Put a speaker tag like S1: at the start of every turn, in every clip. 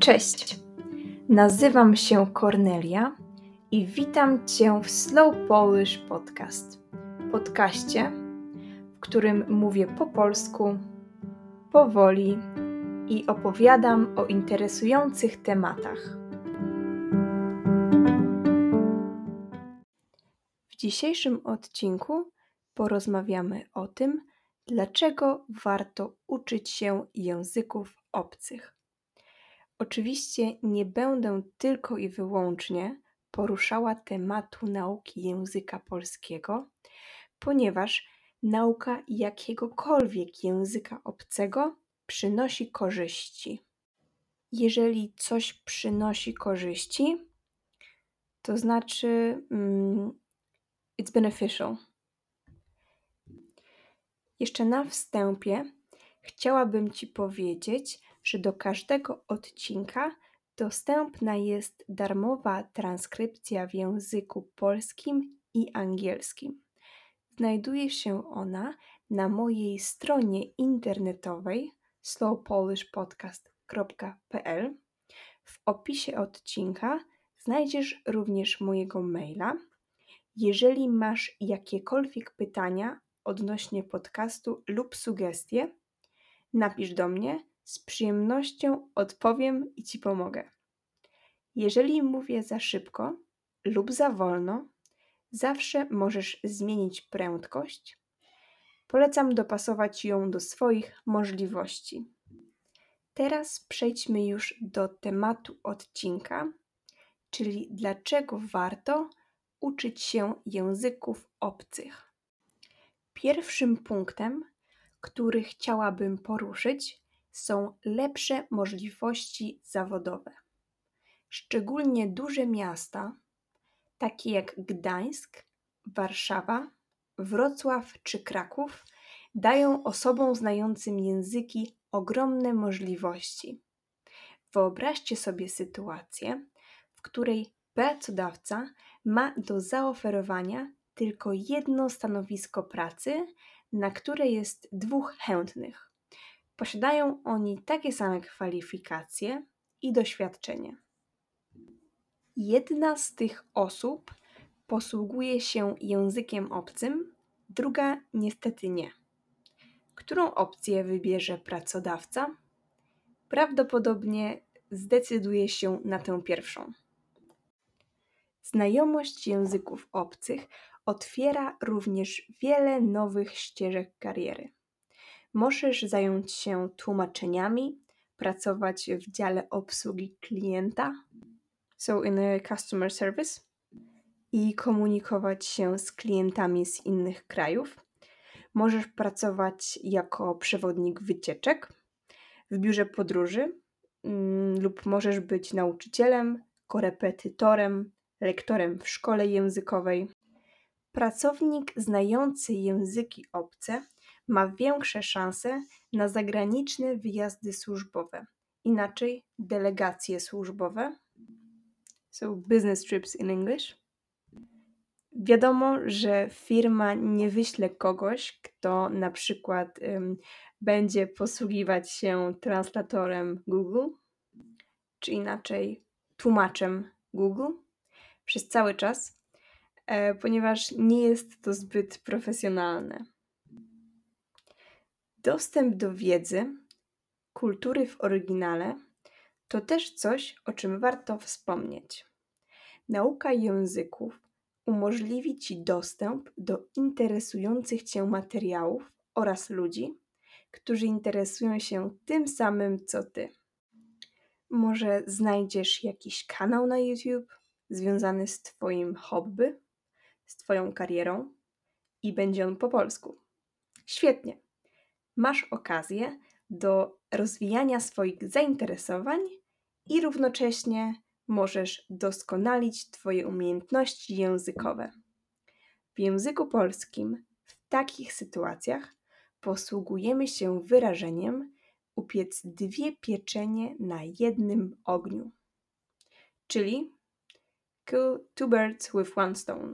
S1: Cześć, nazywam się Kornelia i witam Cię w Slow Polish Podcast. Podcaście, w którym mówię po polsku, powoli i opowiadam o interesujących tematach. W dzisiejszym odcinku porozmawiamy o tym, dlaczego warto uczyć się języków obcych. Oczywiście nie będę tylko i wyłącznie poruszała tematu nauki języka polskiego, ponieważ nauka jakiegokolwiek języka obcego przynosi korzyści. Jeżeli coś przynosi korzyści, to znaczy it's beneficial. Jeszcze na wstępie chciałabym Ci powiedzieć, że do każdego odcinka dostępna jest darmowa transkrypcja w języku polskim i angielskim. Znajduje się ona na mojej stronie internetowej slowpolishpodcast.pl. W opisie odcinka znajdziesz również mojego maila. Jeżeli masz jakiekolwiek pytania odnośnie podcastu lub sugestie, napisz do mnie, z przyjemnością odpowiem i Ci pomogę. Jeżeli mówię za szybko lub za wolno, zawsze możesz zmienić prędkość. Polecam dopasować ją do swoich możliwości. Teraz przejdźmy już do tematu odcinka, czyli dlaczego warto uczyć się języków obcych. Pierwszym punktem, który chciałabym poruszyć, są lepsze możliwości zawodowe. Szczególnie duże miasta, takie jak Gdańsk, Warszawa, Wrocław czy Kraków, dają osobom znającym języki ogromne możliwości. Wyobraźcie sobie sytuację, w której pracodawca ma do zaoferowania tylko jedno stanowisko pracy, na które jest 2 chętnych. Posiadają oni takie same kwalifikacje i doświadczenie. Jedna z tych osób posługuje się językiem obcym, druga niestety nie. Którą opcję wybierze pracodawca? Prawdopodobnie zdecyduje się na tę pierwszą. Znajomość języków obcych otwiera również wiele nowych ścieżek kariery. Możesz zająć się tłumaczeniami, pracować w dziale obsługi klienta, so in a customer service, i komunikować się z klientami z innych krajów. Możesz pracować jako przewodnik wycieczek w biurze podróży lub możesz być nauczycielem, korepetytorem, lektorem w szkole językowej. Pracownik znający języki obce ma większe szanse na zagraniczne wyjazdy służbowe, inaczej delegacje służbowe, so business trips in English. Wiadomo, że firma nie wyśle kogoś, kto na przykład będzie posługiwać się translatorem Google, czy inaczej tłumaczem Google przez cały czas, ponieważ nie jest to zbyt profesjonalne. Dostęp do wiedzy, kultury w oryginale to też coś, o czym warto wspomnieć. Nauka języków umożliwi Ci dostęp do interesujących Cię materiałów oraz ludzi, którzy interesują się tym samym co Ty. Może znajdziesz jakiś kanał na YouTube związany z Twoim hobby, z Twoją karierą i będzie on po polsku. Świetnie! Masz okazję do rozwijania swoich zainteresowań i równocześnie możesz doskonalić Twoje umiejętności językowe. W języku polskim w takich sytuacjach posługujemy się wyrażeniem upiec 2 pieczenie na jednym ogniu, czyli kill 2 birds with 1 stone.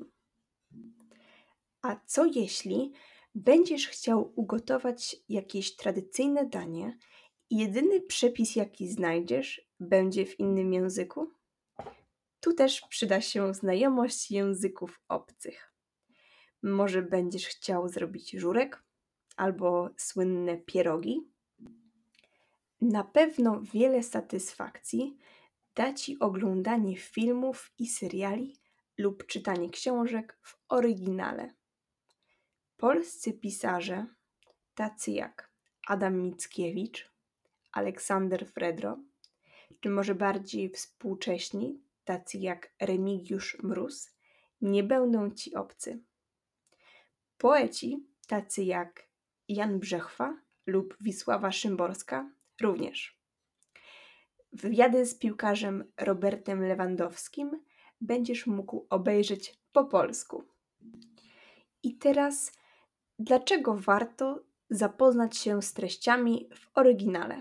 S1: A co jeśli będziesz chciał ugotować jakieś tradycyjne danie jedyny przepis, jaki znajdziesz, będzie w innym języku? Tu też przyda się znajomość języków obcych. Może będziesz chciał zrobić żurek albo słynne pierogi? Na pewno wiele satysfakcji da Ci oglądanie filmów i seriali lub czytanie książek w oryginale. Polscy pisarze, tacy jak Adam Mickiewicz, Aleksander Fredro, czy może bardziej współcześni, tacy jak Remigiusz Mróz, nie będą Ci obcy. Poeci, tacy jak Jan Brzechwa lub Wisława Szymborska, również. Wywiady z piłkarzem Robertem Lewandowskim będziesz mógł obejrzeć po polsku. I teraz, dlaczego warto zapoznać się z treściami w oryginale?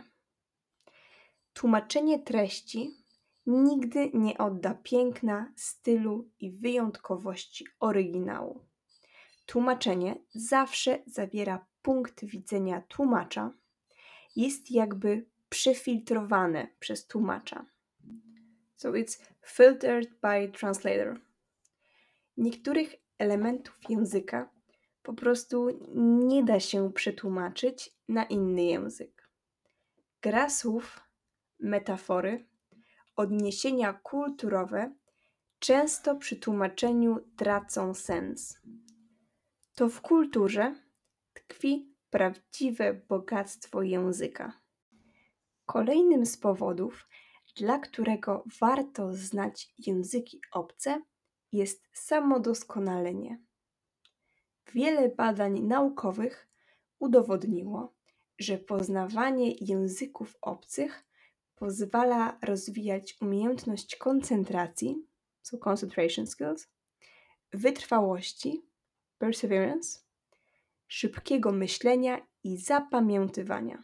S1: Tłumaczenie treści nigdy nie odda piękna, stylu i wyjątkowości oryginału. Tłumaczenie zawsze zawiera punkt widzenia tłumacza, jest jakby przefiltrowane przez tłumacza. So it's filtered by translator. Niektórych elementów języka po prostu nie da się przetłumaczyć na inny język. Gra słów, metafory, odniesienia kulturowe często przy tłumaczeniu tracą sens. To w kulturze tkwi prawdziwe bogactwo języka. Kolejnym z powodów, dla którego warto znać języki obce, jest samodoskonalenie. Wiele badań naukowych udowodniło, że poznawanie języków obcych pozwala rozwijać umiejętność koncentracji, so concentration skills, wytrwałości, perseverance, szybkiego myślenia i zapamiętywania.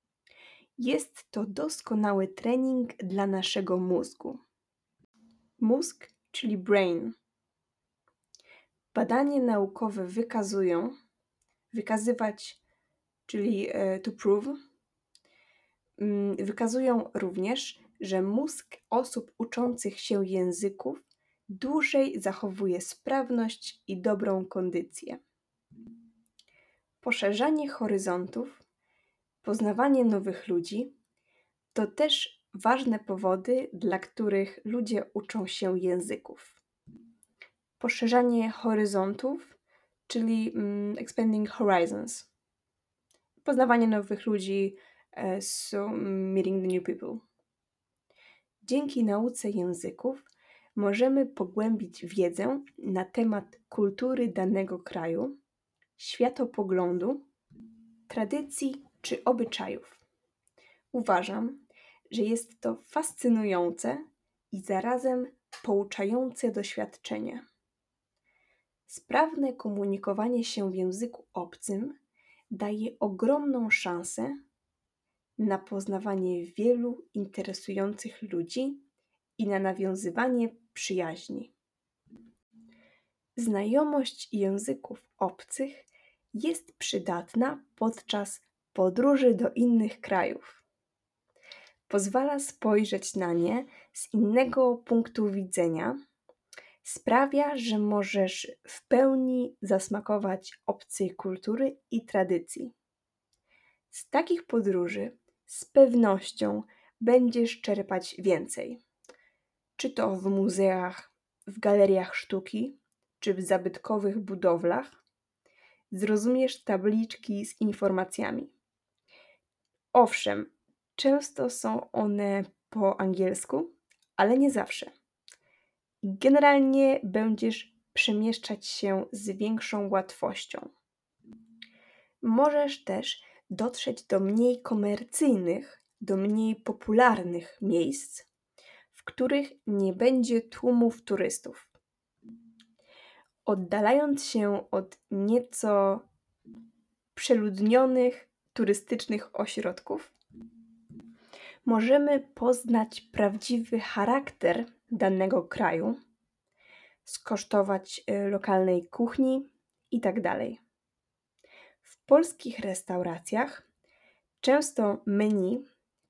S1: Jest to doskonały trening dla naszego mózgu. Mózg, czyli brain. Badania naukowe wykazują również, że mózg osób uczących się języków dłużej zachowuje sprawność i dobrą kondycję. Poszerzanie horyzontów, poznawanie nowych ludzi to też ważne powody, dla których ludzie uczą się języków. Poszerzanie horyzontów, czyli expanding horizons. Poznawanie nowych ludzi, so meeting the new people. Dzięki nauce języków możemy pogłębić wiedzę na temat kultury danego kraju, światopoglądu, tradycji czy obyczajów. Uważam, że jest to fascynujące i zarazem pouczające doświadczenie. Sprawne komunikowanie się w języku obcym daje ogromną szansę na poznawanie wielu interesujących ludzi i na nawiązywanie przyjaźni. Znajomość języków obcych jest przydatna podczas podróży do innych krajów. Pozwala spojrzeć na nie z innego punktu widzenia, sprawia, że możesz w pełni zasmakować obcej kultury i tradycji. Z takich podróży z pewnością będziesz czerpać więcej. Czy to w muzeach, w galeriach sztuki, czy w zabytkowych budowlach, zrozumiesz tabliczki z informacjami. Owszem, często są one po angielsku, ale nie zawsze. Generalnie będziesz przemieszczać się z większą łatwością. Możesz też dotrzeć do mniej komercyjnych, do mniej popularnych miejsc, w których nie będzie tłumów turystów. Oddalając się od nieco przeludnionych turystycznych ośrodków, możemy poznać prawdziwy charakter danego kraju, skosztować lokalnej kuchni itd. W polskich restauracjach często menu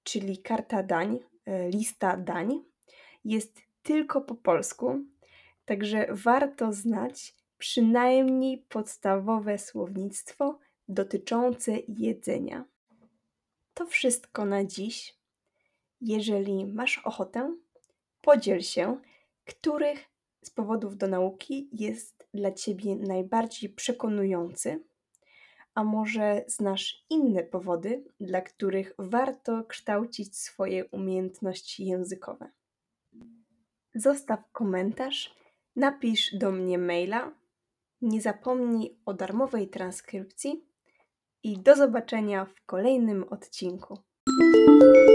S1: czyli karta dań, lista dań, jest tylko po polsku, także warto znać przynajmniej podstawowe słownictwo dotyczące jedzenia. To wszystko na dziś. Jeżeli masz ochotę, podziel się, których z powodów do nauki jest dla Ciebie najbardziej przekonujący, a może znasz inne powody, dla których warto kształcić swoje umiejętności językowe. Zostaw komentarz, napisz do mnie maila, nie zapomnij o darmowej transkrypcji i do zobaczenia w kolejnym odcinku.